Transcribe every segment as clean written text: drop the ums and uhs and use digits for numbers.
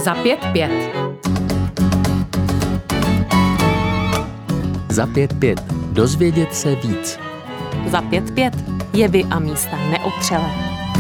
Za 5-5. Za 5-5. Dozvědět se víc. Za 5-5. Jevy a místa neotřelé.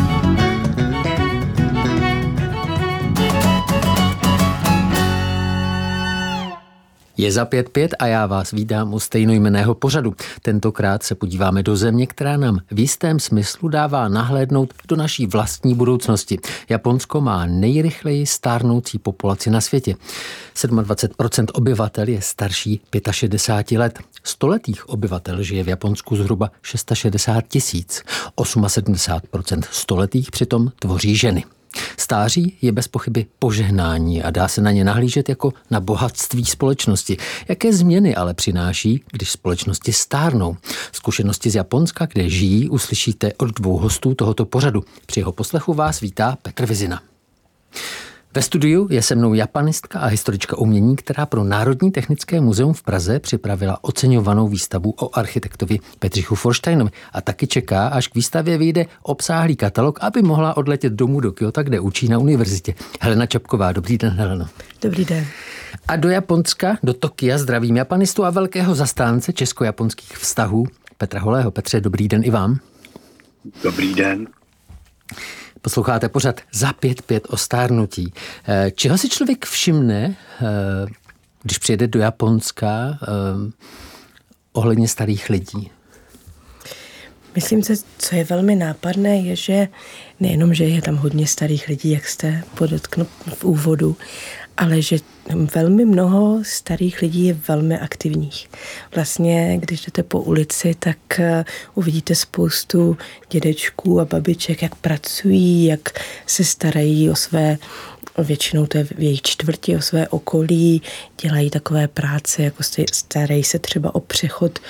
Je za 5-5 a já vás vítám u stejnojmenného pořadu. Tentokrát se podíváme do země, která nám v jistém smyslu dává nahlédnout do naší vlastní budoucnosti. Japonsko má nejrychleji stárnoucí populaci na světě. 27% obyvatel je starší 65 let. Stoletých obyvatel žije v Japonsku zhruba 660 000. 78% stoletých přitom tvoří ženy. Stáří je bez pochyby požehnání a dá se na ně nahlížet jako na bohatství společnosti. Jaké změny ale přináší, když společnosti stárnou? Zkušenosti z Japonska, kde žijí, uslyšíte od dvou hostů tohoto pořadu. Při jeho poslechu vás vítá Petr Vizina. Ve studiu je se mnou japanistka a historička umění, která pro Národní technické muzeum v Praze připravila oceňovanou výstavu o architektovi Bedřichu Forštajnovi a taky čeká, až k výstavě vyjde obsáhlý katalog, aby mohla odletět domů do Kjóta, kde učí na univerzitě. Helena Čapková, dobrý den, Heleno. Dobrý den. A do Japonska, do Tokia zdravím japanistu a velkého zastánce česko-japonských vztahů Petra Holého. Petře, dobrý den i vám. Dobrý den. Posloucháte pořad Za 5-5 o stárnutí. Čeho si člověk všimne, když přijede do Japonska ohledně starých lidí? Myslím si, co je velmi nápadné, je, že nejenom, že je tam hodně starých lidí, jak jste podotknul v úvodu, ale že velmi mnoho starých lidí je velmi aktivních. Vlastně, když jdete po ulici, tak uvidíte spoustu dědečků a babiček, jak pracují, jak se starají o své, většinou to je v jejich čtvrti, o své okolí, dělají takové práce, jako starají se třeba o přechod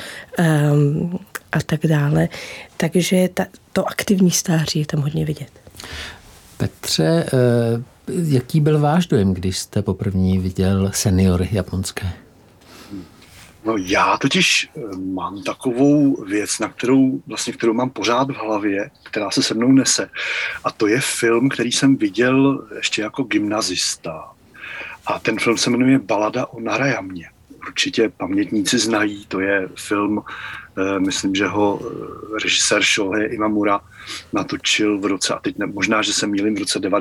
a tak dále. Takže to aktivní stáří je tam hodně vidět. Petře, jaký byl váš dojem, když jste poprvé viděl seniory japonské? No já totiž mám takovou věc, kterou mám pořád v hlavě, která se mnou nese. A to je film, který jsem viděl ještě jako gymnazista. A ten film se jmenuje Balada o Narajamě. Určitě pamětníci znají, to je film, myslím, že ho režisér Shohei Imamura natočil v roce, a teď možná, že se mýlím, v roce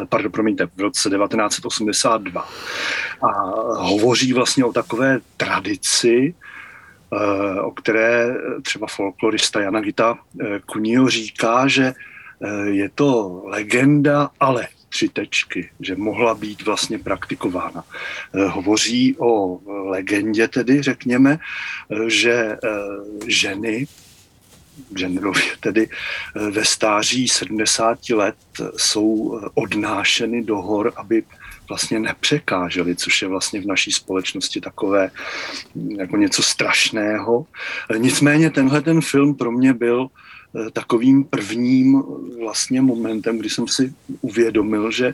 1982. A hovoří vlastně o takové tradici, o které třeba folklorista Yanagita Kunio říká, že je to legenda, ale že mohla být vlastně praktikována. Hovoří o legendě tedy, řekněme, že ženy tedy ve stáří 70 let jsou odnášeny do hor, aby vlastně nepřekážely, což je vlastně v naší společnosti takové jako něco strašného. Nicméně ten film pro mě byl takovým prvním vlastně momentem, kdy jsem si uvědomil, že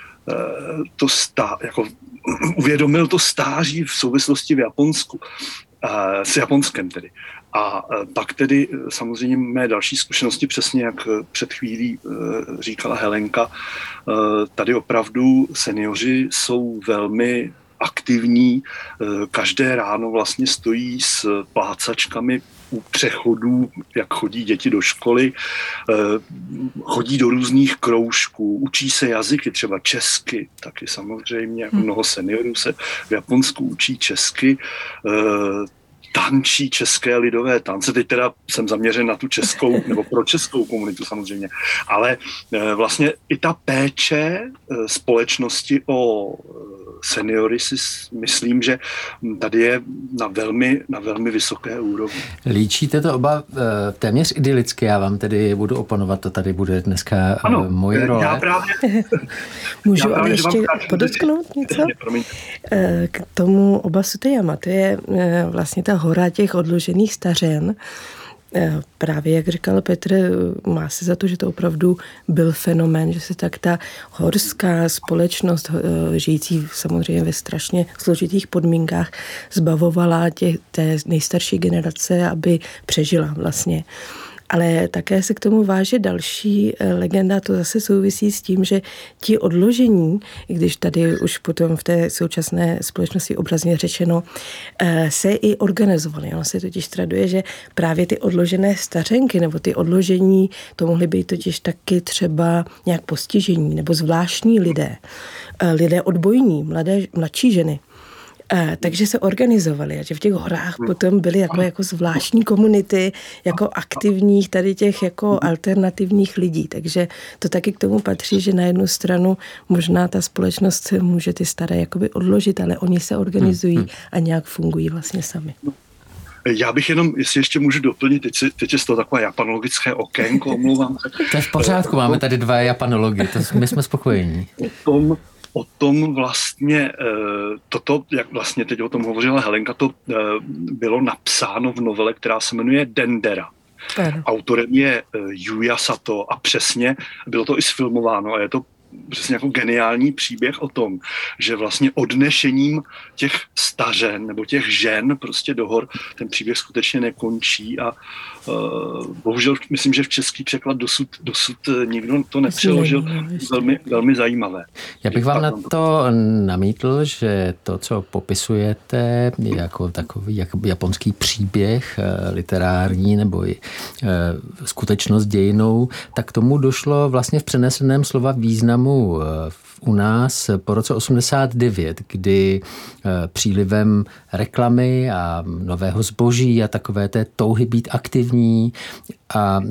uvědomil to stáří v souvislosti v Japonsku, s Japonskem tedy. A pak tedy samozřejmě mé další zkušenosti, přesně jak před chvílí říkala Helenka, tady opravdu seniori jsou velmi aktivní, každé ráno vlastně stojí s plácačkami u přechodů, jak chodí děti do školy, chodí do různých kroužků, učí se jazyky, třeba česky, taky samozřejmě, jako mnoho seniorů se v Japonsku učí česky, tančí české lidové tance. Teď teda jsem zaměřen na tu českou, nebo pro českou komunitu samozřejmě. Ale vlastně i ta péče společnosti o seniory si myslím, že tady je na velmi vysoké úrovni. Líčíte to oba téměř idylicky, já vám tedy budu oponovat, to tady bude dneska moje role. Já právě... Můžu ale ještě podotknout něco? K tomu Oba Suteyama, to je vlastně ta hora těch odložených stařen. Právě, jak říkal Petr, má se za to, že to opravdu byl fenomén, že se tak ta horská společnost, žijící samozřejmě ve strašně složitých podmínkách, zbavovala té nejstarší generace, aby přežila vlastně. Ale také se k tomu váže další legenda, to zase souvisí s tím, že ti odložení, i když tady už potom v té současné společnosti obrazně řečeno, se i organizovali. Ono se totiž traduje, že právě ty odložené stařenky nebo ty odložení, to mohly být totiž taky třeba nějak postižení nebo zvláštní lidé odbojní, mladší ženy. Takže se organizovali a že v těch horách potom byly jako zvláštní komunity, jako aktivních tady těch jako alternativních lidí. Takže to taky k tomu patří, že na jednu stranu možná ta společnost se může ty staré jakoby odložit, ale oni se organizují a nějak fungují vlastně sami. Já bych jenom, jestli ještě můžu doplnit, teď je z toho takové japanologické okénko, omlouvám se. To je v pořádku, máme tady 2 japanology, my jsme spokojení. O tom vlastně, toto, jak vlastně teď o tom hovořila Helenka, to bylo napsáno v novele, která se jmenuje Dendera. Autorem je Yuya Sato a přesně bylo to i sfilmováno a je to přesně jako geniální příběh o tom, že vlastně odnešením těch stařen nebo těch žen prostě do hor ten příběh skutečně nekončí a bohužel myslím, že v český překlad dosud nikdo to nepřeložil. Velmi zajímavé. Já bych vám na to namítl, že to, co popisujete jako takový japonský příběh literární nebo i skutečnost dějinou, tak tomu došlo vlastně v přeneseném slova významu u nás po roce 89, kdy přílivem reklamy a nového zboží a takové té touhy být aktivní a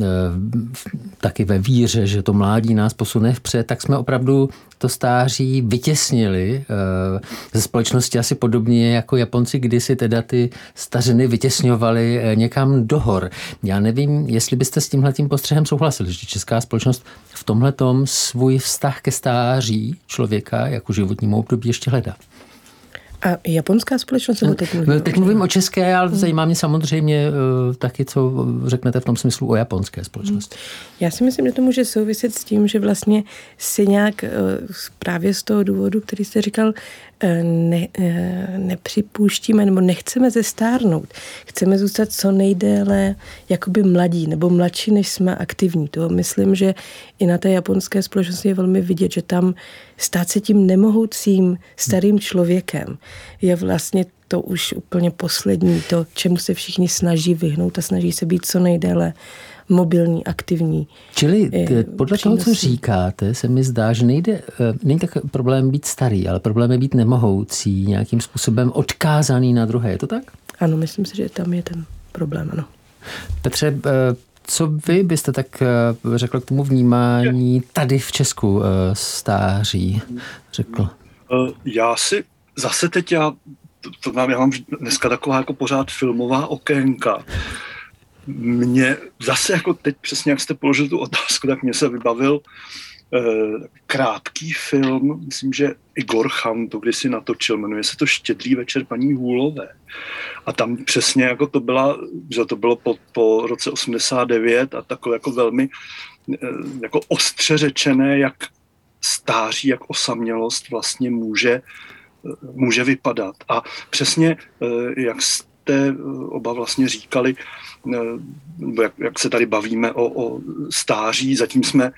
taky ve víře, že to mládí nás posune vpřed, tak jsme opravdu to stáří vytěsnili ze společnosti asi podobně jako Japonci kdysi teda ty stařiny vytěsňovali někam do hor. Já nevím, jestli byste s tímhletím postřehem souhlasili, že česká společnost v tomhletom svůj vztah ke stáří člověka jako životnímu období ještě hledá. A japonská společnost? Teď mluvím o české, ale zajímá mě samozřejmě taky, co řeknete v tom smyslu o japonské společnosti. Já si myslím, že to může souviset s tím, že vlastně si nějak právě z toho důvodu, který jste říkal, nepřipouštíme nebo nechceme zestárnout. Chceme zůstat co nejdéle jakoby mladí nebo mladší, než jsme aktivní. To myslím, že i na té japonské společnosti je velmi vidět, že tam stát se tím nemohoucím starým člověkem je vlastně to už úplně poslední, to, čemu se všichni snaží vyhnout a snaží se být co nejdéle mobilní, aktivní. Čili podle toho, co říkáte, se mi zdá, že není tak problém být starý, ale problém je být nemohoucí, nějakým způsobem odkázaný na druhé. Je to tak? Ano, myslím si, že tam je ten problém, ano. Petře, co vy byste tak řekl k tomu vnímání tady v Česku stáří řekl? Já si zase teď já mám dneska taková jako pořád filmová okénka. Mě zase jako teď přesně, jak jste položil tu otázku, tak mě se vybavil krátký film, myslím, že Igor Chan to kdysi natočil, jmenuje se to Štědrý večer paní Hůlové. A tam přesně jako to bylo po roce 89 a takové jako velmi jako ostře řečené, jak stáří, jak osamělost vlastně může vypadat. A přesně jak jste oba vlastně říkali, jak se tady bavíme o stáří, zatím jsme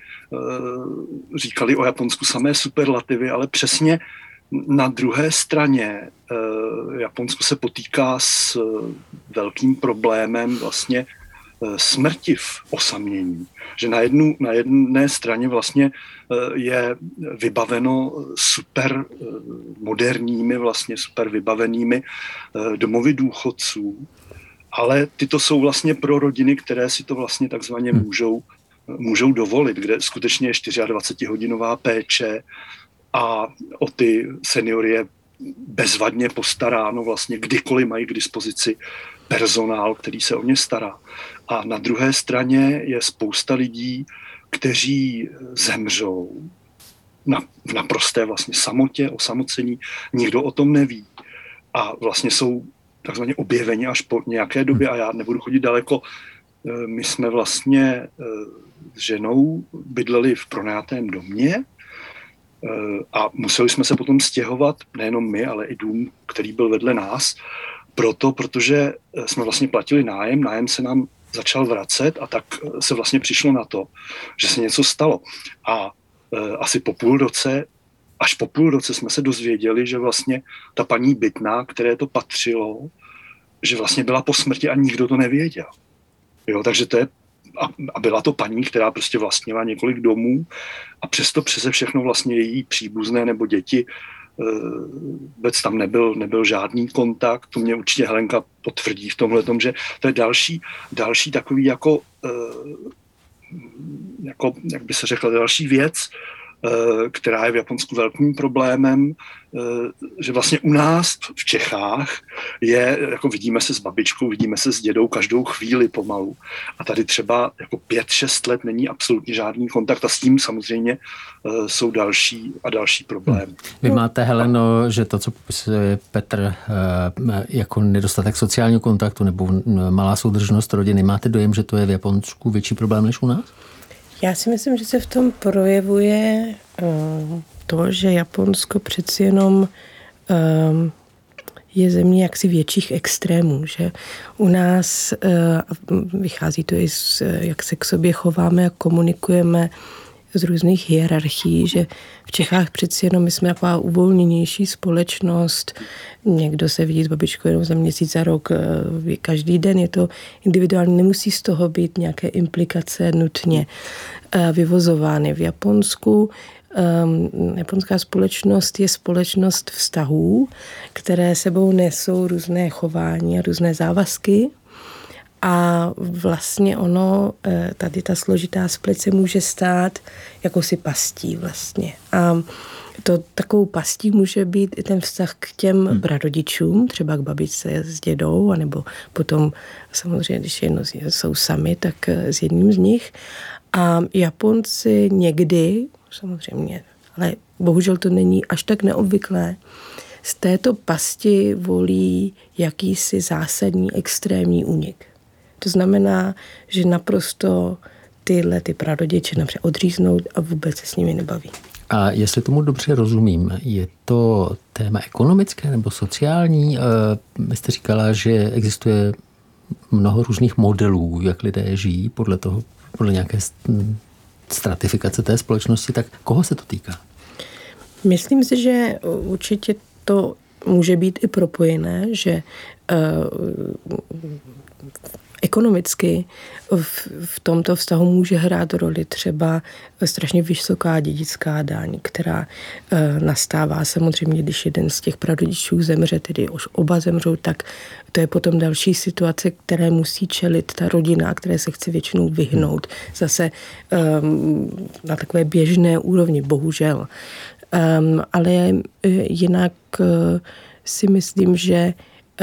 říkali o Japonsku samé superlativy, ale přesně na druhé straně Japonsko se potýká s velkým problémem vlastně smrti v osamění. Že na jedné straně vlastně je vybaveno super moderními, vlastně super vybavenými domovy důchodců, ale tyto jsou vlastně pro rodiny, které si to vlastně takzvaně můžou dovolit, kde skutečně je 24hodinová péče a o ty seniory je bezvadně postaráno, vlastně kdykoliv mají k dispozici personál, který se o ně stará. A na druhé straně je spousta lidí, kteří zemřou v naprosté vlastně samotě, osamocení, nikdo o tom neví. A vlastně jsou takzvaně objeveni až po nějaké době a já nebudu chodit daleko. My jsme vlastně s ženou bydleli v pronajatém domě a museli jsme se potom stěhovat, nejenom my, ale i dům, který byl vedle nás, protože jsme vlastně platili nájem se nám začal vracet a tak se vlastně přišlo na to, že se něco stalo. A asi až po půl roce jsme se dozvěděli, že vlastně ta paní Bytná, které to patřilo, že vlastně byla po smrti a nikdo to nevěděl. Jo, takže to je, a byla to paní, která prostě vlastnila několik domů a přesto přeze všechno vlastně její příbuzné nebo děti vůbec tam nebyl žádný kontakt. To mě určitě Helenka potvrdí v tomhletom, že to je další takový jako jak by se řekla, další věc, která je v Japonsku velkým problémem, že vlastně u nás v Čechách je, jako vidíme se s babičkou, vidíme se s dědou každou chvíli pomalu. A tady třeba jako 5-6 let není absolutně žádný kontakt a s tím samozřejmě jsou další problémy. Vy máte, Heleno, že to, co popisuje Petr jako nedostatek sociálního kontaktu nebo malá soudržnost rodiny, máte dojem, že to je v Japonsku větší problém než u nás? Já si myslím, že se v tom projevuje to, že Japonsko přeci jenom je země jaksi větších extrémů, že u nás vychází to i z, jak se k sobě chováme a komunikujeme z různých hierarchií, že v Čechách přeci jenom my jsme taková uvolněnější společnost, někdo se vidí s babičkou jenom za měsíc, za rok, každý den je to individuální, nemusí z toho být nějaké implikace nutně vyvozovány. V Japonsku japonská společnost je společnost vztahů, které sebou nesou různé chování a různé závazky. A vlastně ono, tady ta složitá spleť se může stát jakousi pastí vlastně. A to takovou pastí může být i ten vztah k těm prarodičům, třeba k babičce s dědou, anebo potom samozřejmě, když jsou sami, tak s jedním z nich. A Japonci někdy, samozřejmě, ale bohužel to není až tak neobvyklé, z této pasti volí jakýsi zásadní extrémní únik. To znamená, že naprosto ty prarodiče například odříznout a vůbec se s nimi nebaví. A jestli tomu dobře rozumím, je to téma ekonomické nebo sociální? Vy jste říkala, že existuje mnoho různých modelů, jak lidé žijí podle nějaké stratifikace té společnosti, tak koho se to týká? Myslím si, že určitě to může být i propojené, že ekonomicky v tomto vztahu může hrát roli třeba strašně vysoká dědická daň, která nastává samozřejmě, když jeden z těch prarodičů zemře, tedy už oba zemřou, tak to je potom další situace, které musí čelit ta rodina, které se chce většinou vyhnout. Zase na takové běžné úrovni, bohužel. Ale jinak si myslím, že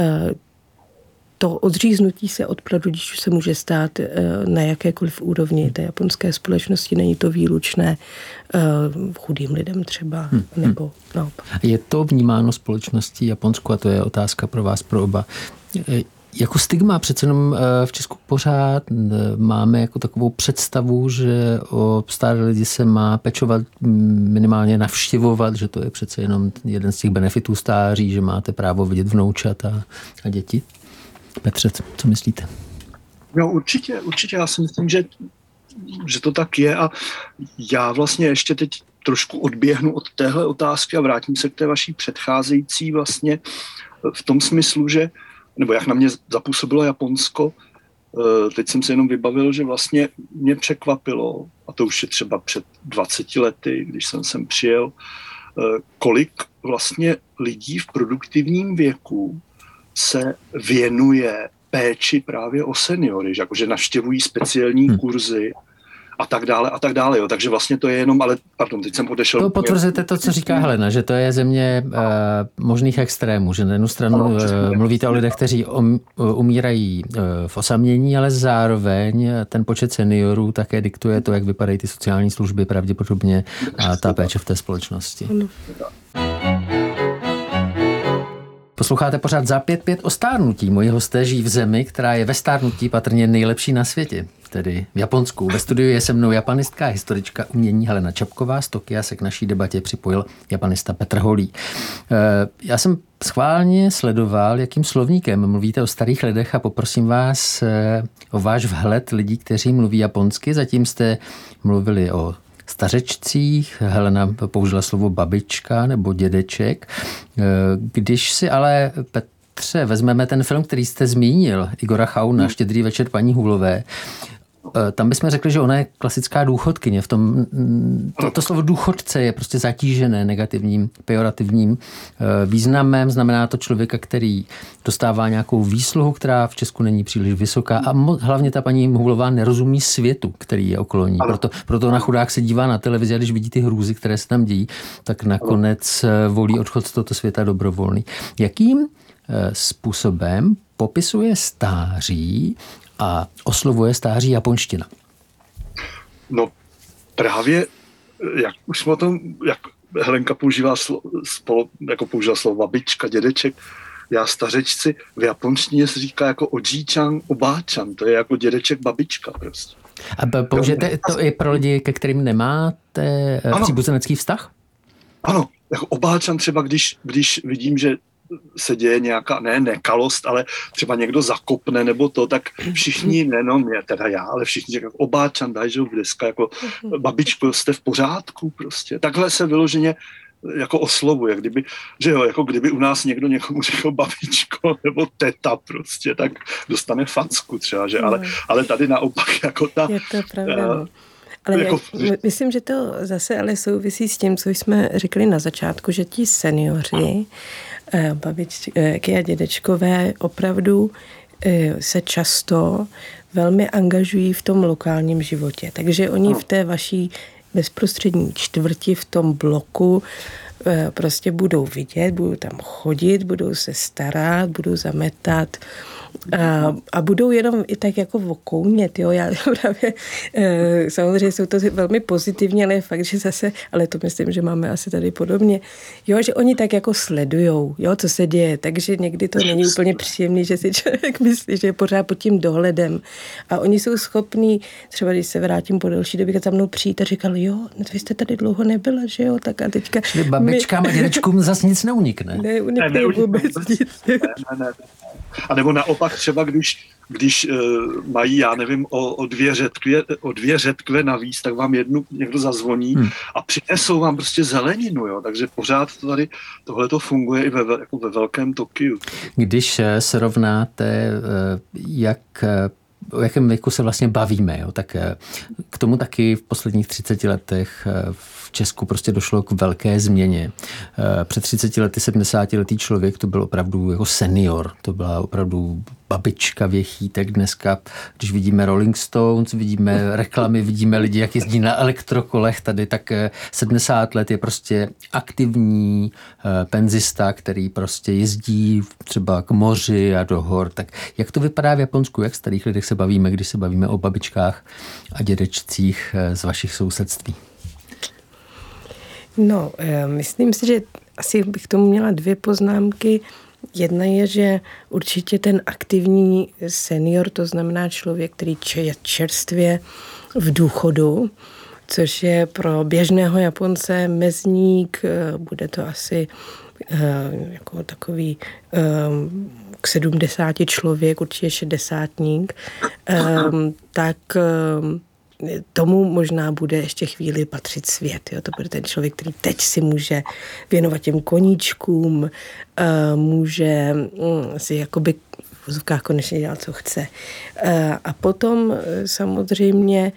to odříznutí se od prarodičů se může stát na jakékoliv úrovni té japonské společnosti. Není to výlučné chudým lidem třeba, nebo naopak. Je to vnímáno společností Japonsku, a to je otázka pro vás, pro oba, jako stigma. Přece jenom v Česku pořád máme jako takovou představu, že o staré lidi se má pečovat, minimálně navštěvovat, že to je přece jenom jeden z těch benefitů stáří, že máte právo vidět vnoučat a děti. Petře, co myslíte? No určitě. Já si myslím, že to tak je a já vlastně ještě teď trošku odběhnu od téhle otázky a vrátím se k té vaší předcházející vlastně v tom smyslu, že, nebo jak na mě zapůsobilo Japonsko, teď jsem se jenom vybavil, že vlastně mě překvapilo, a to už je třeba před 20 lety, když jsem sem přijel, kolik vlastně lidí v produktivním věku se věnuje péči právě o seniory, že jakože navštěvují speciální kurzy a tak dále. Jo. Takže vlastně to je jenom, ale pardon, teď jsem odešel. To potvrzujete to, co říká Helena, že to je země možných extrémů, že na jednu stranu mluvíte o lidech, kteří umírají v osamění, ale zároveň ten počet seniorů také diktuje to, jak vypadají ty sociální služby pravděpodobně a ta péče v té společnosti. Posloucháte pořád Za 5-5 o stárnutí. Moji hosté žijí v zemi, která je ve stárnutí patrně nejlepší na světě, tedy v Japonsku. Ve studiu je se mnou japanistka a historička umění Helena Čapková. Z Tokia se k naší debatě připojil japanista Petr Holý. Já jsem schválně sledoval, jakým slovníkem mluvíte o starých lidech a poprosím vás o váš vhled lidí, kteří mluví japonsky. Zatím jste mluvili o stařečcích, Helena použila slovo babička nebo dědeček. Když si ale, Petře, vezmeme ten film, který jste zmínil, Igora Chauna, Štědrý večer paní Hůlové, tam bychom řekli, že ona je klasická důchodkyně. V tom, to slovo důchodce je prostě zatížené negativním, pejorativním významem. Znamená to člověka, který dostává nějakou výsluhu, která v Česku není příliš vysoká a hlavně ta paní Hůlová nerozumí světu, který je okolo ní. Proto na chudák se dívá na televizi a když vidí ty hrůzy, které se tam dějí, tak nakonec volí odchod z tohoto světa dobrovolný. Jakým způsobem popisuje stáří a oslovuje stáří japonština? No právě, jak už jsme o tom, jak Helenka používá použila slovo babička, dědeček, já stařečci, v japonštině se říká jako oji-chan, obáčan, to je jako dědeček, babička prostě. A použijete to i pro lidi, ke kterým nemáte příbuzenecký vztah? Ano, jako obáčan třeba, když vidím, že se děje nějaká, ne nekalost, ale třeba někdo zakopne nebo to, tak všichni, nejenom mě, teda já, ale všichni říkají, obáčan, daj, že dneska, jako babičko, jste v pořádku prostě. Takhle se vyloženě jako oslovuje, jako kdyby u nás někdo někomu řekl babičko nebo teta prostě, tak dostane facku třeba, že, ale tady naopak jako ta... Je to pravda, ale jako... myslím, že to zase ale souvisí s tím, co jsme řekli na začátku, že ti seniori, babičky a dědečkové opravdu se často velmi angažují v tom lokálním životě. Takže oni v té vaší bezprostřední čtvrti, v tom bloku prostě budou vidět, budou tam chodit, budou se starat, budou zametat a budou jenom i tak jako okoumět, jo, já právě, samozřejmě jsou to velmi pozitivně, ale fakt, že zase, ale to myslím, že máme asi tady podobně, jo, že oni tak jako sledujou, jo, co se děje, takže někdy to není úplně příjemný, že si člověk myslí, že je pořád pod tím dohledem a oni jsou schopní, třeba když se vrátím po delší době, za mnou přijít a říkal, jo, vy jste tady dlouho nebyla, že jo, tak a teďka... Čili babičkám a dědečkům zase nic neunikne. Neunikne vůbec nic. Ne. A nebo naopak třeba, když mají, já nevím, o dvě řetkve navíc, tak vám někdo zazvoní a přinesou vám prostě zeleninu, jo. Takže pořád to tady, tohle to funguje i ve velkém Tokiu. Když srovnáte, o jakém věku se vlastně bavíme, jo, tak k tomu taky v posledních 30 letech v Česku prostě došlo k velké změně. Před 30 lety, 70letý člověk, to byl opravdu jako senior, to byla opravdu babička věchýtek. Dneska, když vidíme Rolling Stones, vidíme reklamy, vidíme lidi, jak jezdí na elektrokolech tady, tak 70 let je prostě aktivní penzista, který prostě jezdí třeba k moři a do hor. Tak jak to vypadá v Japonsku? Jak starých lidech se bavíme, když se bavíme o babičkách a dědečcích z vašich sousedství? No, myslím si, že asi bych tomu měla 2 poznámky. Jedna je, že určitě ten aktivní senior, to znamená člověk, který je čerstvě v důchodu, což je pro běžného Japonce mezník, bude to asi jako takový k 70 člověk, určitě 60ník, tak tomu možná bude ještě chvíli patřit svět. Jo? To bude ten člověk, který teď si může věnovat těm koníčkům, může si jakoby v vozovkách konečně dělat, co chce. A potom samozřejmě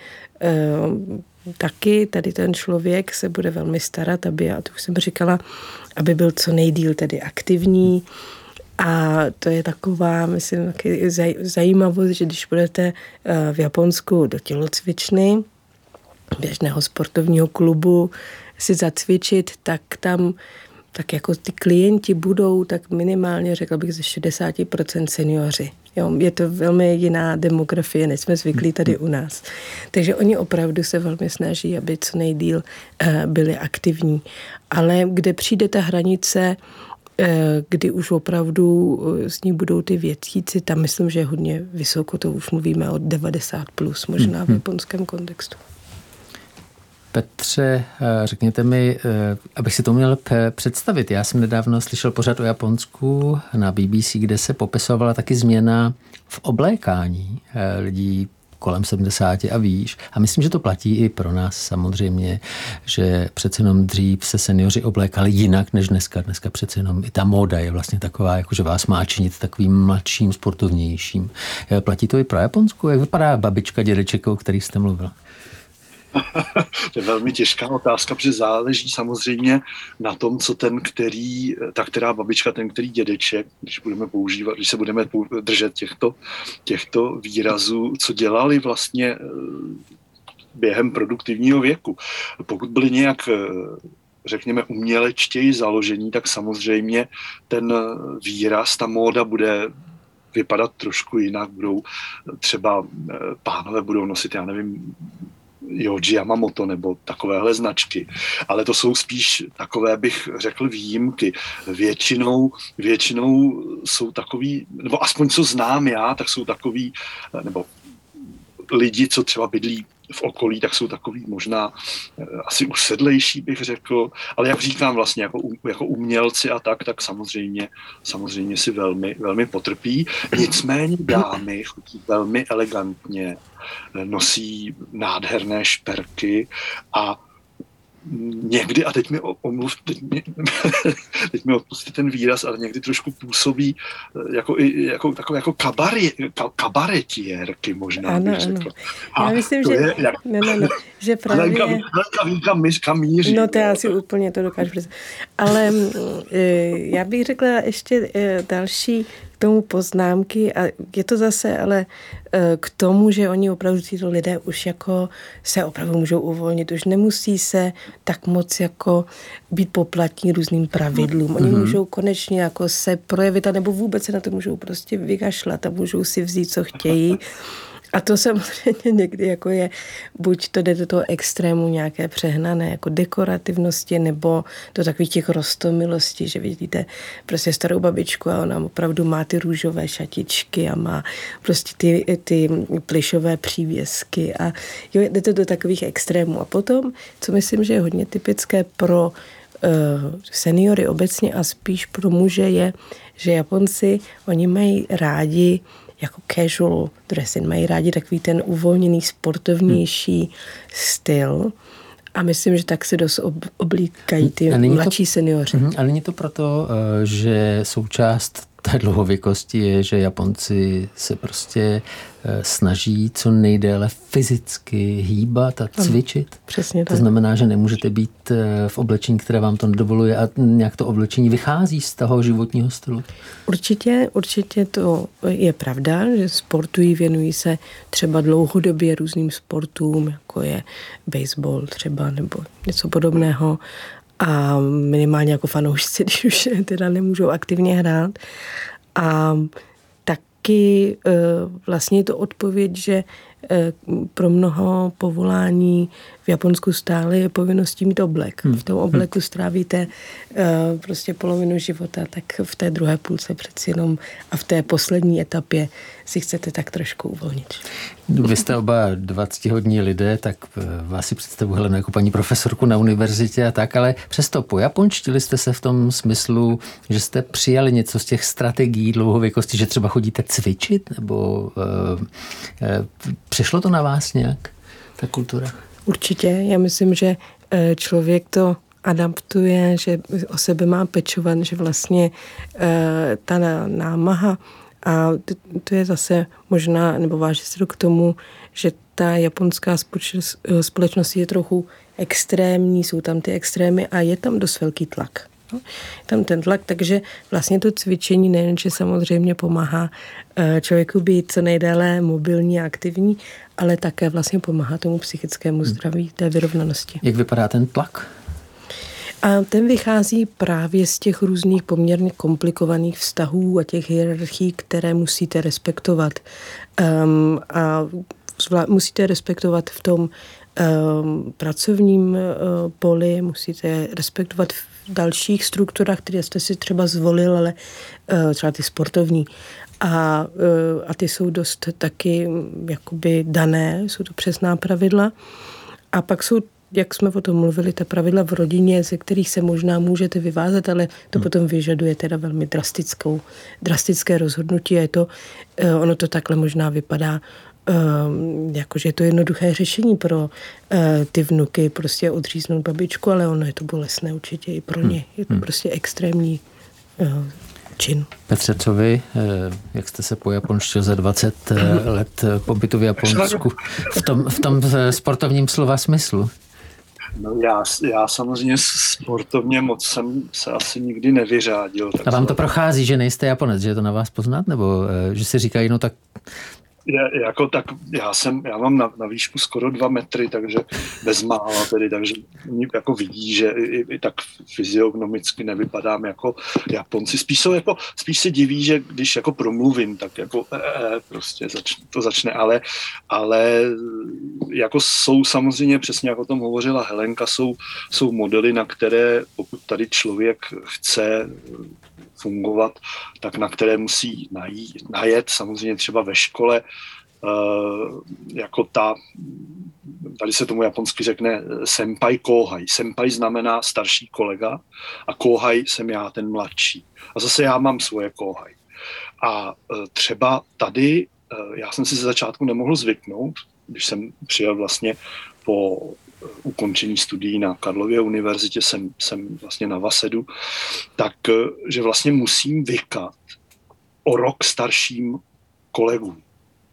taky tady ten člověk se bude velmi starat, aby, a to už jsem říkala, aby byl co nejdýl tedy aktivní. A to je taková, myslím, taky zajímavost, že když budete v Japonsku do tělocvičny, běžného sportovního klubu si zacvičit, tak tam tak jako ty klienti budou tak minimálně, řekla bych, ze 60% seniori. Jo, je to velmi jiná demografie, než jsme zvyklí tady u nás. Takže oni opravdu se velmi snaží, aby co nejdýl byli aktivní. Ale kde přijde ta hranice kdy už opravdu s ní budou ty vědcíci, tam myslím, že je hodně vysoko, to už mluvíme o 90+, možná v japonském kontextu. Petře, řekněte mi, abych si to měl představit. Já jsem nedávno slyšel pořad o Japonsku na BBC, kde se popisovala taky změna v oblékání lidí kolem 70 a výš. A myslím, že to platí i pro nás samozřejmě, že přece jenom dřív se seniori oblékali jinak než dneska. Dneska přece jenom i ta móda je vlastně taková, jako že vás má činit takovým mladším, sportovnějším. Platí to i pro Japonsku? Jak vypadá babička, dědeček, o kterých jste mluvila? To je velmi těžká otázka, protože záleží samozřejmě na tom, co ta která babička, ten který dědeček, když se budeme držet těchto výrazů, co dělali vlastně během produktivního věku. Pokud byli nějak, řekněme, umělečtěji založení, tak samozřejmě ten výraz, ta móda bude vypadat trošku jinak. Budou třeba pánové budou nosit, já nevím, Yohji Yamamoto nebo takovéhle značky. Ale to jsou spíš takové, bych řekl, výjimky. Většinou jsou takový, nebo aspoň co znám já, tak jsou takový, nebo lidi, co třeba bydlí v okolí, tak jsou takový možná asi usedlejší, bych řekl, ale jak říkám vlastně jako umělci a tak samozřejmě si velmi, velmi potrpí. Nicméně dámy chodí velmi elegantně, nosí nádherné šperky a někdy, a teď mi odpustíte ten výraz, ale někdy trošku působí jako kabaretiérky možná, ano, bych řekl. Já myslím, že právě... Kam míří. No to já si úplně to dokážu představit. Ale já bych řekla ještě další k tomu poznámky a je to zase ale k tomu, že oni opravdu tyto lidé už jako se opravdu můžou uvolnit, už nemusí se tak moc jako být poplatní různým pravidlům. Oni můžou konečně jako se projevit a nebo vůbec se na to můžou prostě vykašlat a můžou si vzít, co chtějí. A to samozřejmě někdy jako je, buď to jde do toho extrému nějaké přehnané jako dekorativnosti, nebo do takových těch roztomilostí, že vidíte prostě starou babičku a ona opravdu má ty růžové šatičky a má prostě ty plyšové přívěsky a jo, jde to do takových extrémů. A potom, co myslím, že je hodně typické pro seniory obecně a spíš pro muže je, že Japonci, oni mají rádi jako casual dressing, mají rádi takový ten uvolněný, sportovnější styl a myslím, že tak se dost oblíkají ty mladší seniori. Ale není to proto, že součást té dlouhověkosti je, že Japonci se prostě snaží co nejdéle fyzicky hýbat a cvičit. Přesně tak. To znamená, že nemůžete být v oblečení, které vám to nedovoluje a nějak to oblečení vychází z toho životního stylu. Určitě to je pravda, že sportují, věnují se třeba dlouhodobě různým sportům, jako je baseball třeba nebo něco podobného. A minimálně jako fanoušci, když už teda nemůžou aktivně hrát. A taky vlastně je to odpověď, že pro mnoho povolání v Japonsku stále je povinností mít oblek. V tom obleku strávíte prostě polovinu života, tak v té druhé půlce přeci jenom a v té poslední etapě si chcete tak trošku uvolnit. Vy jste oba 20hodní lidé, tak vás si představuji Helenu jako paní profesorku na univerzitě a tak, ale přesto pojaponštili jste se v tom smyslu, že jste přijali něco z těch strategií dlouhověkosti, že třeba chodíte cvičit, nebo přešlo to na vás nějak, ta kultura? Určitě. Já myslím, že člověk to adaptuje, že o sebe má pečovat, že vlastně ta námaha a to je zase možná, nebo váží se to k tomu, že ta japonská společnost je trochu extrémní, jsou tam ty extrémy a je tam dost velký tlak. No? Je tam ten tlak, takže vlastně to cvičení nejen, že samozřejmě pomáhá člověku být co nejdéle mobilní a aktivní, ale také vlastně pomáhá tomu psychickému zdraví, té vyrovnanosti. Jak vypadá ten tlak? A ten vychází právě z těch různých poměrně komplikovaných vztahů a těch hierarchií, které musíte respektovat. A musíte respektovat v tom pracovním poli, musíte respektovat v dalších strukturách, které jste si třeba zvolil, ale třeba ty sportovní. A ty jsou dost taky jakoby dané, jsou to přesná pravidla. A pak jsou, jak jsme o tom mluvili, ta pravidla v rodině, ze kterých se možná můžete vyvázat, ale to potom vyžaduje teda velmi drastické rozhodnutí a ono to takhle možná vypadá, jakože je to jednoduché řešení pro ty vnuky, prostě odříznout babičku, ale ono je to bolestné určitě i pro ně. Je to prostě extrémní čin. Petře, co vy, jak jste se pojaponštil za 20 let pobytu v Japonsku, v tom sportovním slova smyslu? No já samozřejmě sportovně moc jsem se asi nikdy nevyřádil. A vám to prochází, že nejste Japonec, že je to na vás poznat? Nebo že si říkají, no tak... Já mám na výšku skoro 2 metry, takže bezmála tedy, takže oni jako vidí, že i tak fyziognomicky nevypadám jako Japonci. Spíš se diví, že když jako promluvím, tak jako prostě to začne, ale jako jsou samozřejmě, přesně jako o tom hovořila Helenka, jsou modely, na které, pokud tady člověk chce fungovat, tak na které musí najet, samozřejmě třeba ve škole, jako tady se tomu japonsky řekne senpai kohai. Senpai znamená starší kolega a kohai jsem já, ten mladší. A zase já mám svoje kohai. A třeba tady, já jsem si ze začátku nemohl zvyknout, když jsem přijel vlastně po ukončení studií na Karlově univerzitě, jsem vlastně na Vasedu, tak, že vlastně musím vykat o rok starším kolegům.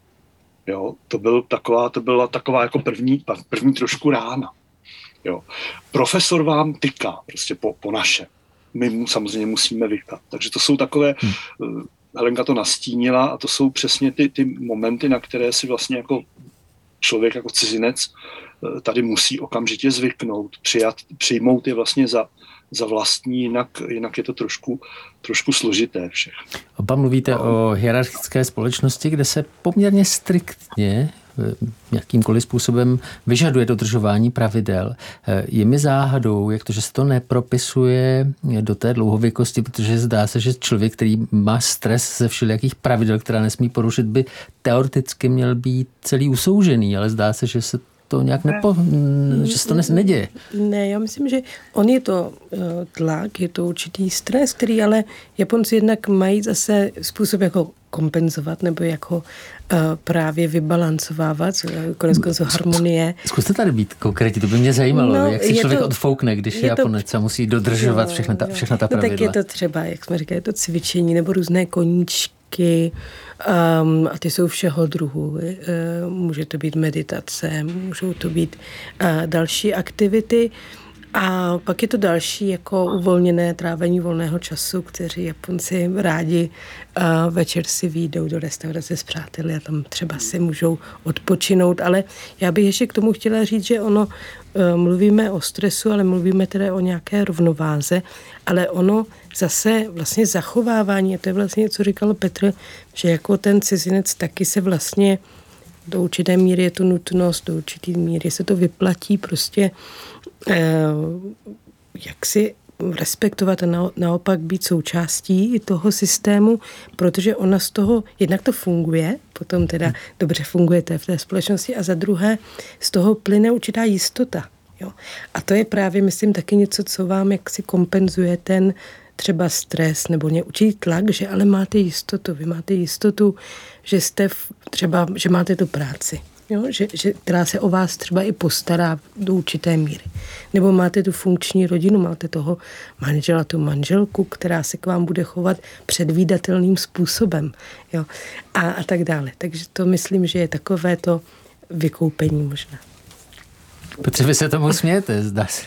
Jo, to byla taková jako první trošku rána. Jo. Profesor vám tyká prostě po naše. My mu samozřejmě musíme vykat. Takže to jsou takové, Helenka to nastínila a to jsou přesně ty momenty, na které si vlastně jako člověk, jako cizinec tady musí okamžitě zvyknout, přijmout je vlastně za vlastní, jinak je to trošku složité všech. Oba mluvíte o hierarchické společnosti, kde se poměrně striktně jakýmkoliv způsobem vyžaduje dodržování pravidel. Je mi záhadou, jak to, že se to nepropisuje do té dlouhověkosti, protože zdá se, že člověk, který má stres ze všelijakých pravidel, která nesmí porušit, by teoreticky měl být celý usoužený, ale zdá se, že se to nějak že se to neděje. Ne, já myslím, že on je to tlak, je to určitý stres, který ale Japonci jednak mají zase způsob jako kompenzovat nebo jako právě vybalancovávat, koneckonců harmonie. Zkuste tady být konkrétní, to by mě zajímalo, jak si člověk odfoukne, když je Japonec a musí dodržovat všechna ta pravidla. Tak je to třeba, jak jsme říkali, je to cvičení nebo různé koníčky, a ty jsou všeho druhu. Může to být meditace, můžou to být další aktivity. A pak je to další jako uvolněné trávení volného času, kteří Japonci rádi večer si vyjdou do restaurace s přáteli a tam třeba si můžou odpočinout. Ale já bych ještě k tomu chtěla říct, že mluvíme o stresu, ale mluvíme teda o nějaké rovnováze, ale ono zase vlastně zachovávání, a to je vlastně, co říkal Petr, že jako ten cizinec taky se vlastně do určité míry je to nutnost, do určité míry se to vyplatí prostě jak si respektovat a naopak být součástí toho systému, protože ona z toho, jednak to funguje, potom teda dobře fungujete v té společnosti a za druhé z toho plyne určitá jistota. Jo. A to je právě, myslím, taky něco, co vám jaksi kompenzuje ten třeba stres nebo určitý tlak, že ale máte jistotu. Vy máte jistotu, že jste že máte tu práci. Jo, která se o vás třeba i postará do určité míry. Nebo máte tu funkční rodinu, máte toho manžela, tu manželku, která se k vám bude chovat předvídatelným způsobem. Jo, a tak dále. Takže to myslím, že je takové to vykoupení možná. Petře, vy se tomu smějete, zdá se.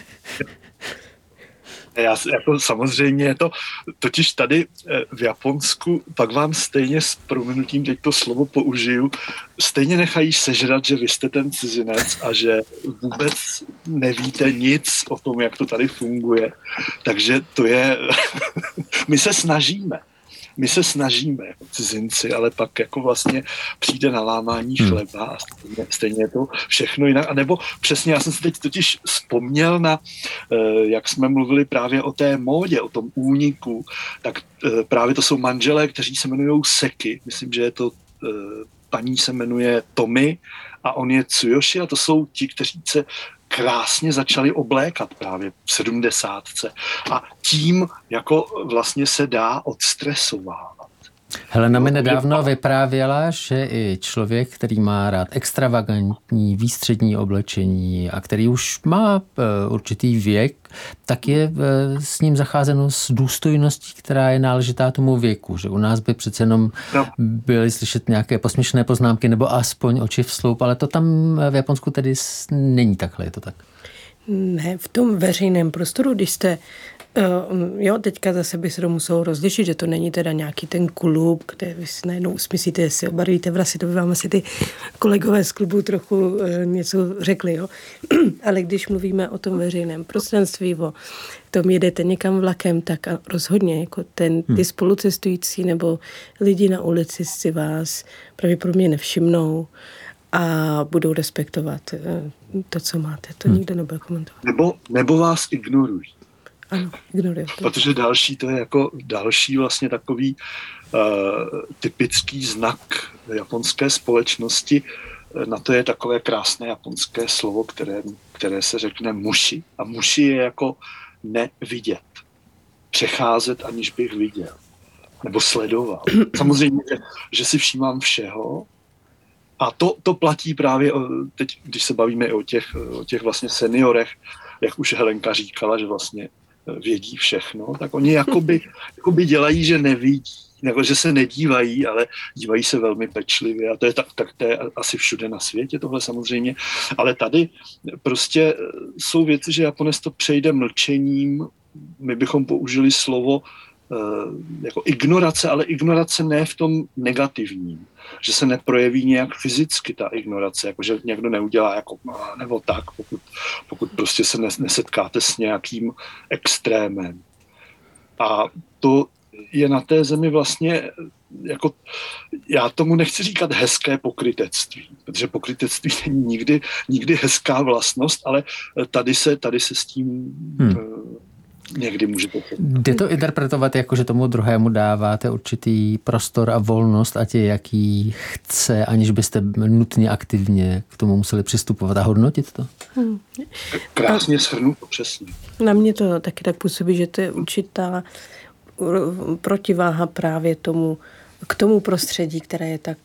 Já jako samozřejmě je to, totiž tady v Japonsku pak vám stejně s prominutím, teď to slovo použiju, stejně nechají sežrat, že vy jste ten cizinec a že vůbec nevíte nic o tom, jak to tady funguje. Takže to je, my se snažíme. my se snažíme jako cizinci, ale pak jako vlastně přijde na lámání chleba a stejně je to všechno jinak. A nebo přesně, já jsem si teď totiž vzpomněl na, jak jsme mluvili právě o té módě, o tom úniku, tak právě to jsou manželé, kteří se jmenují Seki. Myslím, že je to paní se jmenuje Tomi a on je Tsuyoshi a to jsou ti, kteří se krásně začali oblékat právě v 70. A tím jako vlastně se dá odstresovávat. Helena mi nedávno vyprávěla, že i člověk, který má rád extravagantní výstřední oblečení a který už má určitý věk, tak je s ním zacházeno s důstojností, která je náležitá tomu věku. Že u nás by přece jenom byly slyšet nějaké posměšné poznámky nebo aspoň oči v sloup, ale to tam v Japonsku tedy není takhle, je to tak? Ne, v tom veřejném prostoru, když jste teďka zase by se to muselo rozlišit, že to není teda nějaký ten klub, kde vy si najednou usmyslíte, si obarvíte vlasy, to by vám asi ty kolegové z klubu trochu něco řekli, jo. Ale když mluvíme o tom veřejném prostranství, o tom jedete někam vlakem, tak rozhodně jako ty spolucestující nebo lidi na ulici si vás pravděpodobně nevšimnou a budou respektovat to, co máte. To nikdo nebude komentovat. Nebo vás ignorují. Ano, ignorují. Protože to je jako další vlastně takový typický znak japonské společnosti. Na to je takové krásné japonské slovo, které se řekne mushi. A mushi je jako nevidět. Přecházet, aniž bych viděl. Nebo sledoval. Samozřejmě, že si všímám všeho. A to platí právě teď, když se bavíme i o těch vlastně seniorech, jak už Helenka říkala, že vlastně vědí všechno, tak oni jakoby dělají, že nevidí, nebo že se nedívají, ale dívají se velmi pečlivě a to je asi všude na světě tohle samozřejmě, ale tady prostě jsou věci, že Japonec to přejde mlčením, my bychom použili slovo jako ignorace, ale ignorace ne v tom negativním, že se neprojeví nějak fyzicky ta ignorace, jako že někdo neudělá jako, nebo tak, pokud prostě se nesetkáte s nějakým extrémem. A to je na té zemi vlastně, jako, já tomu nechci říkat hezké pokrytectví, protože pokrytectví není nikdy hezká vlastnost, ale tady se s tím někdy můžete. Jde to interpretovat jako, že tomu druhému dáváte určitý prostor a volnost, ať je jaký chce, aniž byste nutně aktivně k tomu museli přistupovat a hodnotit to? Krásně shrnu to přesně. Na mě to taky tak působí, že to je určitá protiváha právě k tomu prostředí, které je tak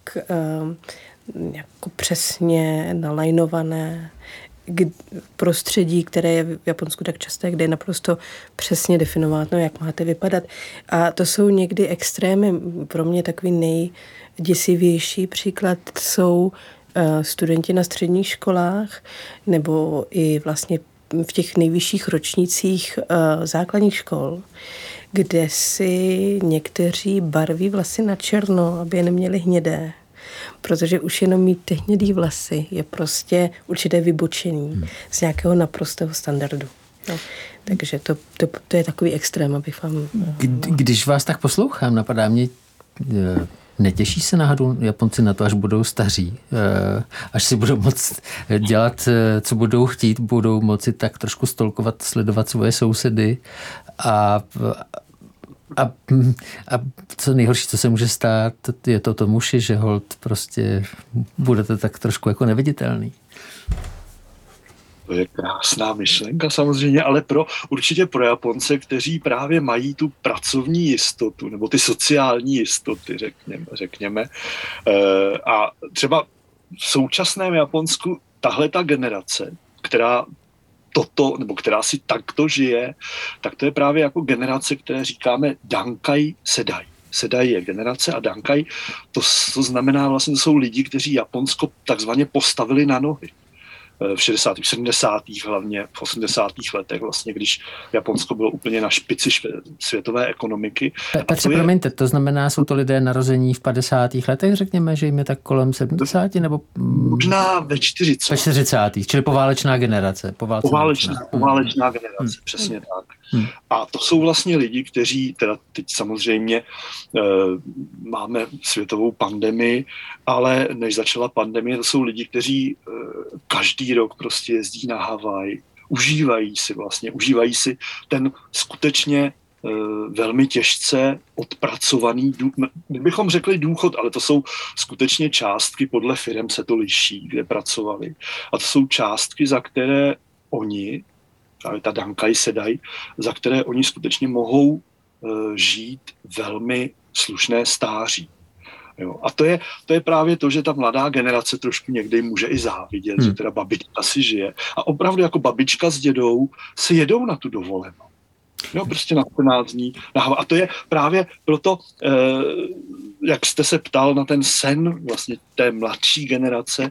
jako přesně nalajnované, prostředí, které je v Japonsku tak časté, kde je naprosto přesně definováno, jak máte vypadat. A to jsou někdy extrémy. Pro mě takový nejděsivější příklad jsou studenti na středních školách nebo i vlastně v těch nejvyšších ročnících základních škol, kde si někteří barví vlasy na černo, aby je neměli hnědé. Protože už jenom mít hnědý vlasy je prostě určité vybočení z nějakého naprostého standardu. No, takže to je takový extrém, abych vám... Když vás tak poslouchám, napadá mě, netěší se náhodou Japonci na to, až budou staří, až si budou moct dělat, co budou chtít, budou moci tak trošku stolkovat, sledovat svoje sousedy a co nejhorší, co se může stát, je to muši, že holt prostě budete tak trošku jako neviditelný. To je krásná myšlenka samozřejmě, ale určitě pro Japonce, kteří právě mají tu pracovní jistotu, nebo ty sociální jistoty, řekněme. A třeba v současném Japonsku tahle ta generace, která si takto žije, tak to je právě jako generace, které říkáme Dankai Sedai. Sedai je generace a Dankai, to znamená vlastně, to jsou lidi, kteří Japonsko takzvaně postavili na nohy. V 60., 70., hlavně v 80. letech, vlastně, když Japonsko bylo úplně na špici světové ekonomiky. Petře, promiňte, to znamená, jsou to lidé narození v 50. letech, řekněme, že jim je tak kolem 70, nebo... Možná ve 40. Ve 40. Čili poválečná generace. Poválečná generace, přesně tak. A to jsou vlastně lidi, kteří, teda teď samozřejmě máme světovou pandemii, ale než začala pandemie, to jsou lidi, kteří každý rok prostě jezdí na Havaj, užívají si ten skutečně velmi těžce odpracovaný, bychom řekli důchod, ale to jsou skutečně částky, podle firem se to liší, kde pracovali. A to jsou částky, za které oni, právě ta Dankaj Sedaj, za které oni skutečně mohou žít velmi slušné stáří. Jo. A to je právě to, že ta mladá generace trošku někdy může i závidět, že teda babička si žije. A opravdu jako babička s dědou si jedou na tu dovolenou. Jo, prostě na 14 dní. A to je právě proto, jak jste se ptal na ten sen vlastně té mladší generace,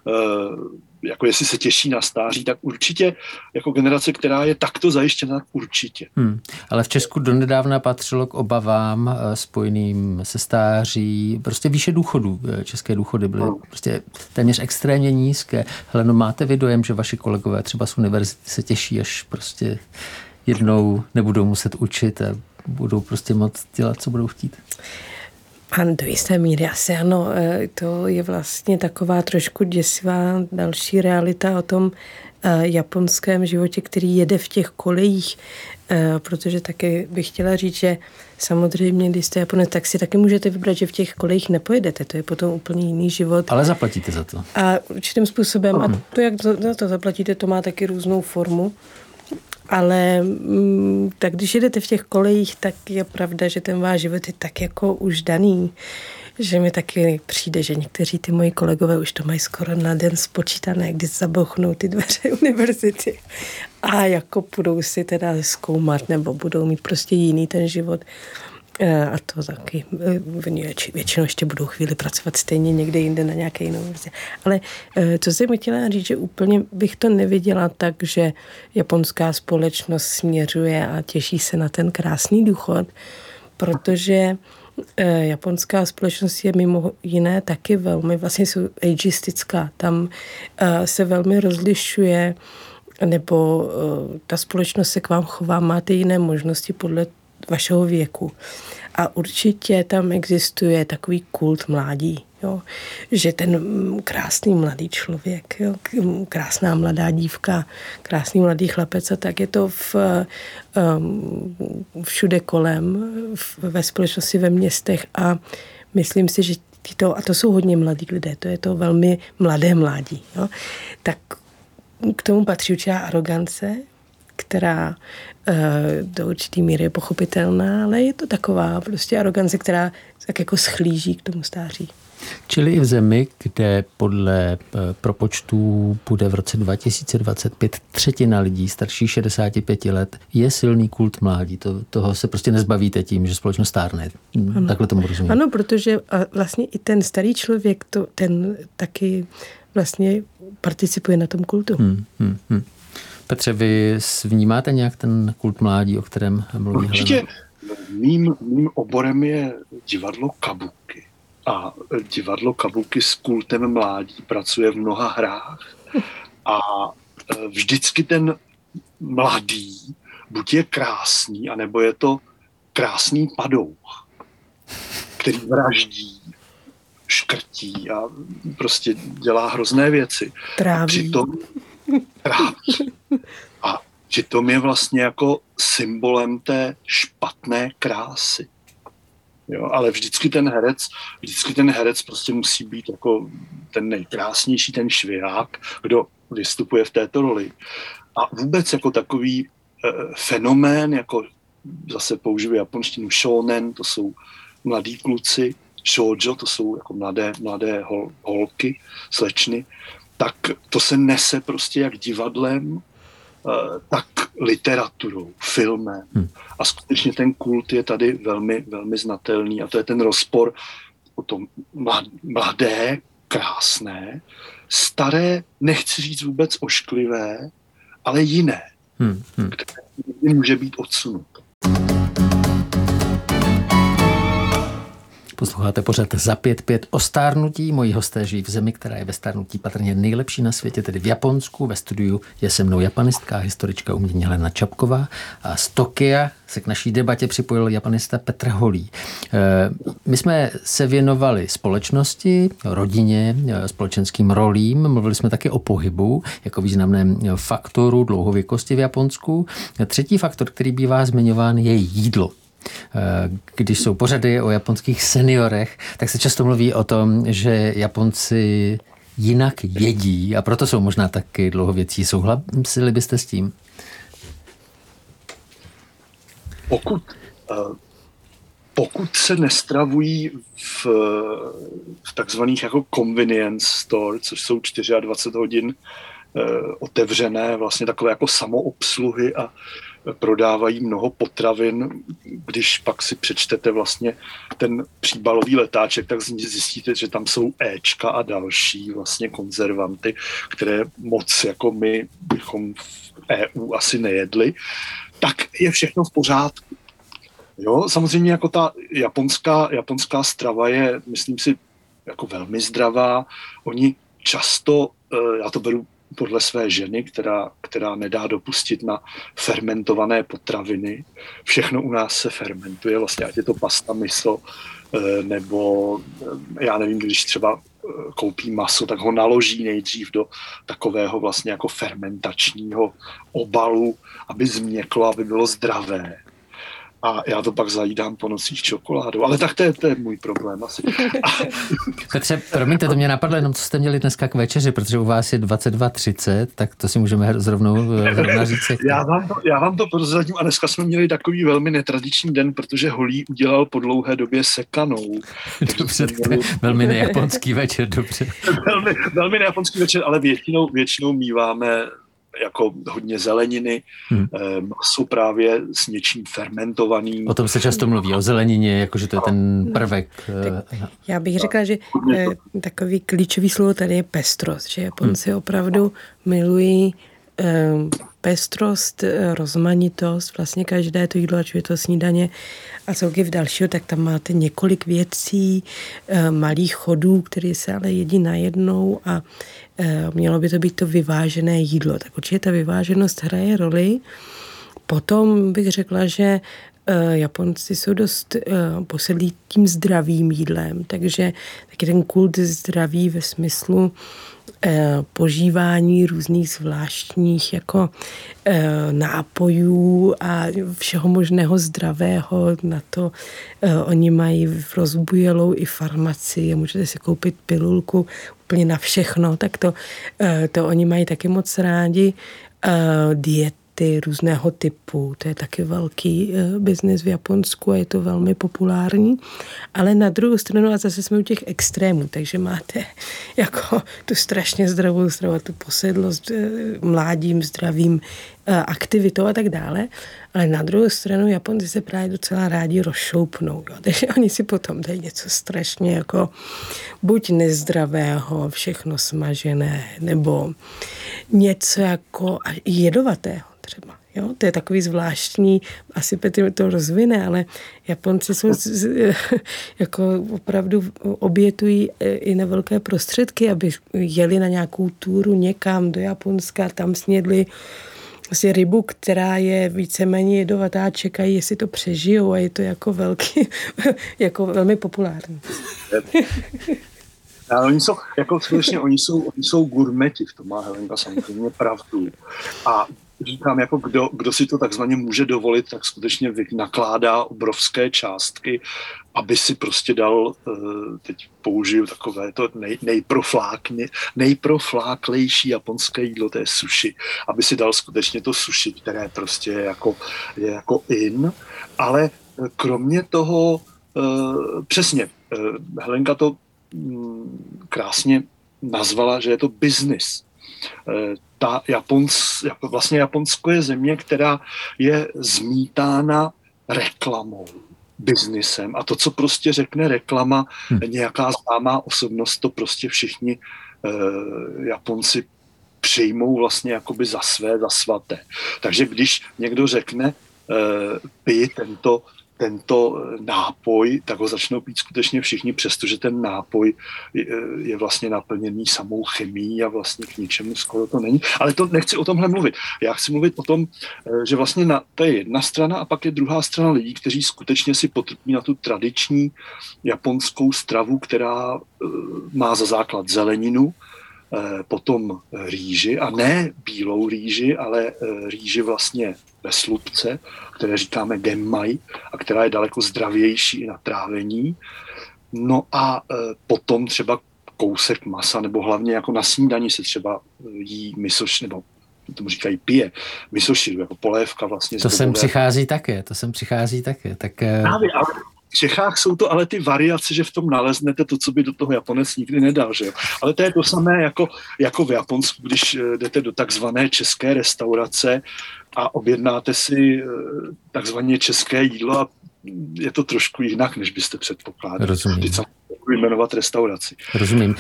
jako jestli se těší na stáří, tak určitě jako generace, která je takto zajištěna, určitě. Ale v Česku donedávna patřilo k obavám spojeným se stáří, prostě výše důchodů. České důchody byly prostě téměř extrémně nízké. Heleno, máte vy dojem, že vaši kolegové třeba z univerzity se těší, až prostě jednou nebudou muset učit a budou prostě moct dělat, co budou chtít? Ano, do jisté míry asi ano. To je vlastně taková trošku děsivá další realita o tom japonském životě, který jede v těch kolejích, protože taky bych chtěla říct, že samozřejmě, když jste Japonec, tak si taky můžete vybrat, že v těch kolejích nepojedete. To je potom úplně jiný život. Ale zaplatíte za to. A určitým způsobem. A to, jak za to zaplatíte, to má taky různou formu. Ale tak když jedete v těch kolejích, tak je pravda, že ten váš život je tak jako už daný, že mi taky přijde, že někteří ty moji kolegové už to mají skoro na den spočítané, když zabouchnou ty dveře univerzity a jako budou si teda zkoumat nebo budou mít prostě jiný ten život. A to taky většinou ještě budou chvíli pracovat stejně někde jinde na nějaké jiné univerzitě. Ale co jsem chtěla říct, že úplně bych to neviděla tak, že japonská společnost směřuje a těší se na ten krásný důchod, protože japonská společnost je mimo jiné taky velmi, vlastně jsou ageistická. Tam se velmi rozlišuje, nebo ta společnost se k vám chová, máte jiné možnosti podle vašeho věku. A určitě tam existuje takový kult mládí, jo? Že ten krásný mladý člověk, jo? Krásná mladá dívka, krásný mladý chlapec, a tak je to všude kolem, ve společnosti, ve městech, a myslím si, že a to jsou hodně mladí lidé, to je to velmi mladé mládí. Jo? Tak k tomu patří určitá arogance, která do určitý míry je pochopitelná, ale je to taková prostě arogance, která tak jako schlíží k tomu stáří. Čili i v zemi, kde podle propočtů bude v roce 2025 třetina lidí starších 65 let, je silný kult mládí. Toho se prostě nezbavíte tím, že společnost stárne. Ano. Takhle tomu rozumím. Ano, protože vlastně i ten starý člověk, ten taky vlastně participuje na tom kultu. Petře, vy vnímáte nějak ten kult mládí, o kterém mluví Určitě. Helena? Mým oborem je divadlo kabuki. A divadlo kabuki s kultem mládí pracuje v mnoha hrách. A vždycky ten mladý buď je krásný, anebo je to krásný padouch, který vraždí, škrtí a prostě dělá hrozné věci. Tráví. A přitom je vlastně jako symbolem té špatné krásy. Jo, ale vždycky ten herec prostě musí být jako ten nejkrásnější, ten švihák, kdo vystupuje v této roli. A vůbec jako takový fenomén, jako zase použiju japonštinu shonen, to jsou mladí kluci, shoujo, to jsou jako mladé holky, slečny, tak to se nese prostě jak divadlem, tak literaturou, filmem. A skutečně ten kult je tady velmi, velmi znatelný, a to je ten rozpor o tom mladé, krásné, staré, nechci říct vůbec ošklivé, ale jiné, které může být odsunuto. Posloucháte pořad Za 5-5 o stárnutí. Moji hosté žijí v zemi, která je ve stárnutí patrně nejlepší na světě, tedy v Japonsku. Ve studiu je se mnou japanistka, historička umění Helena Čapková. A z Tokia se k naší debatě připojil japanista Petr Holý. My jsme se věnovali společnosti, rodině, společenským rolím. Mluvili jsme taky o pohybu jako významném faktoru dlouhověkosti v Japonsku. Třetí faktor, který bývá zmiňován, je jídlo. Když jsou pořady o japonských seniorech, tak se často mluví o tom, že Japonci jinak jedí a proto jsou možná taky dlouhověcí. Souhlasili byste s tím? Pokud se nestravují v takzvaných jako convenience store, což jsou 24 hodin otevřené, vlastně takové jako samoobsluhy a prodávají mnoho potravin. Když pak si přečtete vlastně ten příbalový letáček, tak zjistíte, že tam jsou éčka a další vlastně konzervanty, které moc jako my bychom v EU asi nejedli, tak je všechno v pořádku. Jo, samozřejmě jako ta japonská strava je, myslím si, jako velmi zdravá. Oni často, já to beru podle své ženy, která nedá dopustit na fermentované potraviny. Všechno u nás se fermentuje, vlastně ať je to pasta, miso, nebo já nevím, když třeba koupí maso, tak ho naloží nejdřív do takového vlastně jako fermentačního obalu, aby změklo, aby bylo zdravé. A já to pak zajídám po nocích čokoládou. Ale tak to je můj problém asi. Petře, promiňte, to mě napadlo jenom, co jste měli dneska k večeři, protože u vás je 22:30, tak to si můžeme zrovna říct. Já vám to prozradím a dneska jsme měli takový velmi netradiční den, protože Holý udělal po dlouhé době sekanou. Dobře, velmi nejaponský večer, dobře. velmi nejaponský večer, ale většinou míváme jako hodně zeleniny, maso právě s něčím fermentovaným. O tom se často mluví, o zelenině, jakože to je ten prvek. Já bych řekla, že takový klíčový slovo tady je pestrost, že Japonci opravdu milují pestrost, rozmanitost, vlastně každé to jídlo, ať je to snídaně a cokoliv dalšího, tak tam máte několik věcí, malých chodů, které se ale jedí najednou a mělo by to být to vyvážené jídlo. Tak určitě ta vyváženost hraje roli. Potom bych řekla, že Japonci jsou dost posedlí tím zdravým jídlem, takže taky ten kult zdraví ve smyslu požívání různých zvláštních jako nápojů a všeho možného zdravého. Na to oni mají rozbujelou i farmacii. Můžete si koupit pilulku úplně na všechno, tak to oni mají taky moc rádi. Diety různého typu, to je taky velký biznis v Japonsku a je to velmi populární. Ale na druhou stranu, a zase jsme u těch extrémů, takže máte jako tu strašně zdravou stravu, tu posedlost mládím, zdravým aktivitou a tak dále. Ale na druhou stranu Japonci se právě docela rádi rozšoupnou. Jo? Takže oni si potom dají něco strašně jako buď nezdravého, všechno smažené, nebo něco jako jedovatého třeba. Jo? To je takový zvláštní, asi Petr to rozvine, ale Japonci jsou jako opravdu obětují i na velké prostředky, aby jeli na nějakou túru někam do Japonska, tam snědli vlastně rybu, která je víceméně jedovatá, čekají, jestli to přežijou a je to jako velký, jako velmi populární. Oni jsou, jako skutečně, oni jsou gurmeti, v tom má Helenka samozřejmě pravdu. A říkám, jako kdo si to takzvaně může dovolit, tak skutečně nakládá obrovské částky, aby si prostě dal, teď použiju takové to nejprofláklejší japonské jídlo, to je sushi, aby si dal skutečně to sushi, které prostě je jako in, ale kromě toho, přesně, Helenka to krásně nazvala, že je to business. Vlastně Japonsko je země, která je zmítána reklamou, biznisem. A to, co prostě řekne reklama, nějaká známá osobnost, to prostě všichni Japonci přijmou vlastně jakoby za své, za svaté. Takže když někdo řekne, pij tento tento nápoj, tak ho začnou pít skutečně všichni, přestože ten nápoj je vlastně naplněný samou chemií a vlastně k ničemu skoro to není. Ale to nechci o tomhle mluvit. Já chci mluvit o tom, že vlastně to je jedna strana a pak je druhá strana lidí, kteří skutečně si potrpí na tu tradiční japonskou stravu, která má za základ zeleninu, potom rýži, a ne bílou rýži, ale rýži vlastně ve slupce, které říkáme genmai a která je daleko zdravější i na trávení. No a potom třeba kousek masa, nebo hlavně jako na snídani se třeba jí misoši, nebo tomu říkají pije, misoširu, jako polévka vlastně. To sem přichází také. Tak... Právě, ale v Čechách jsou to ale ty variace, že v tom naleznete to, co by do toho Japonec nikdy nedal, že jo. Ale to je to samé jako v Japonsku, když jdete do takzvané české restaurace a objednáte si takzvaně české jídlo a je to trošku jinak, než byste předpokládali. Rozumím. Jmenovat restauraci. Rozumím.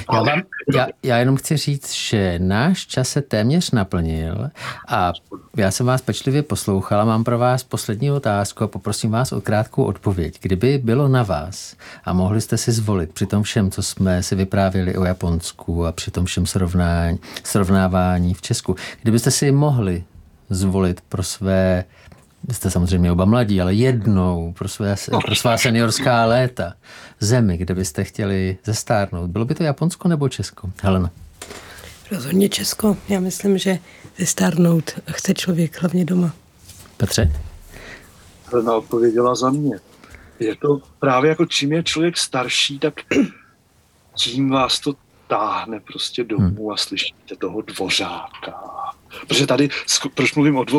Já jenom chci říct, že náš čas se téměř naplnil a já jsem vás pečlivě poslouchala, mám pro vás poslední otázku a poprosím vás o krátkou odpověď. Kdyby bylo na vás a mohli jste si zvolit při tom všem, co jsme si vyprávěli o Japonsku a při tom všem srovnávání v Česku, kdybyste si mohli zvolit pro své, jste samozřejmě oba mladí, ale jednou pro svá seniorská léta zemi, kde byste chtěli zestárnout. Bylo by to Japonsko nebo Česko? Helena. Rozhodně Česko. Já myslím, že zestárnout chce člověk hlavně doma. Petře? Helena odpověděla za mě. Je to právě jako čím je člověk starší, tak tím vás to táhne prostě domů a slyšíte toho Dvořáka. Protože tady, proč mluvím o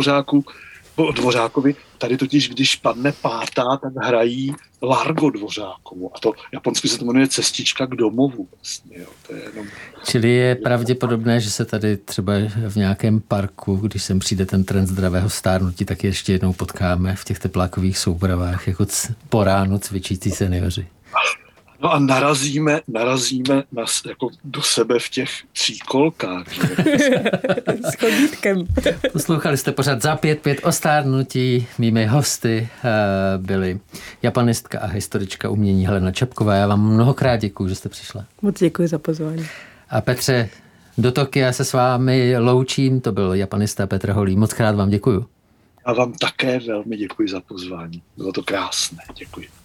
Dvořákovi, tady totiž, když padne pátá, tak hrají Largo Dvořákovu. A to japonsky se to jmenuje Cestička k domovu. Vlastně, jo. To je jenom... Čili je pravděpodobné, že se tady třeba v nějakém parku, když sem přijde ten trend zdravého stárnutí, tak ještě jednou potkáme v těch teplákových soupravách jako po ránu cvičící seniori. No a narazíme nás jako do sebe v těch tříkolkách. S chodítkem. Poslouchali jste pořád Za 5-5 o stárnutí. Mými hosty byly japonistka a historička umění Helena Čapková. Já vám mnohokrát děkuju, že jste přišla. Moc děkuji za pozvání. A Petře, do Tokia se s vámi loučím. To byl japonista Petr Holý. Moc krát vám děkuju. A vám také velmi děkuji za pozvání. Bylo to krásné. Děkuji.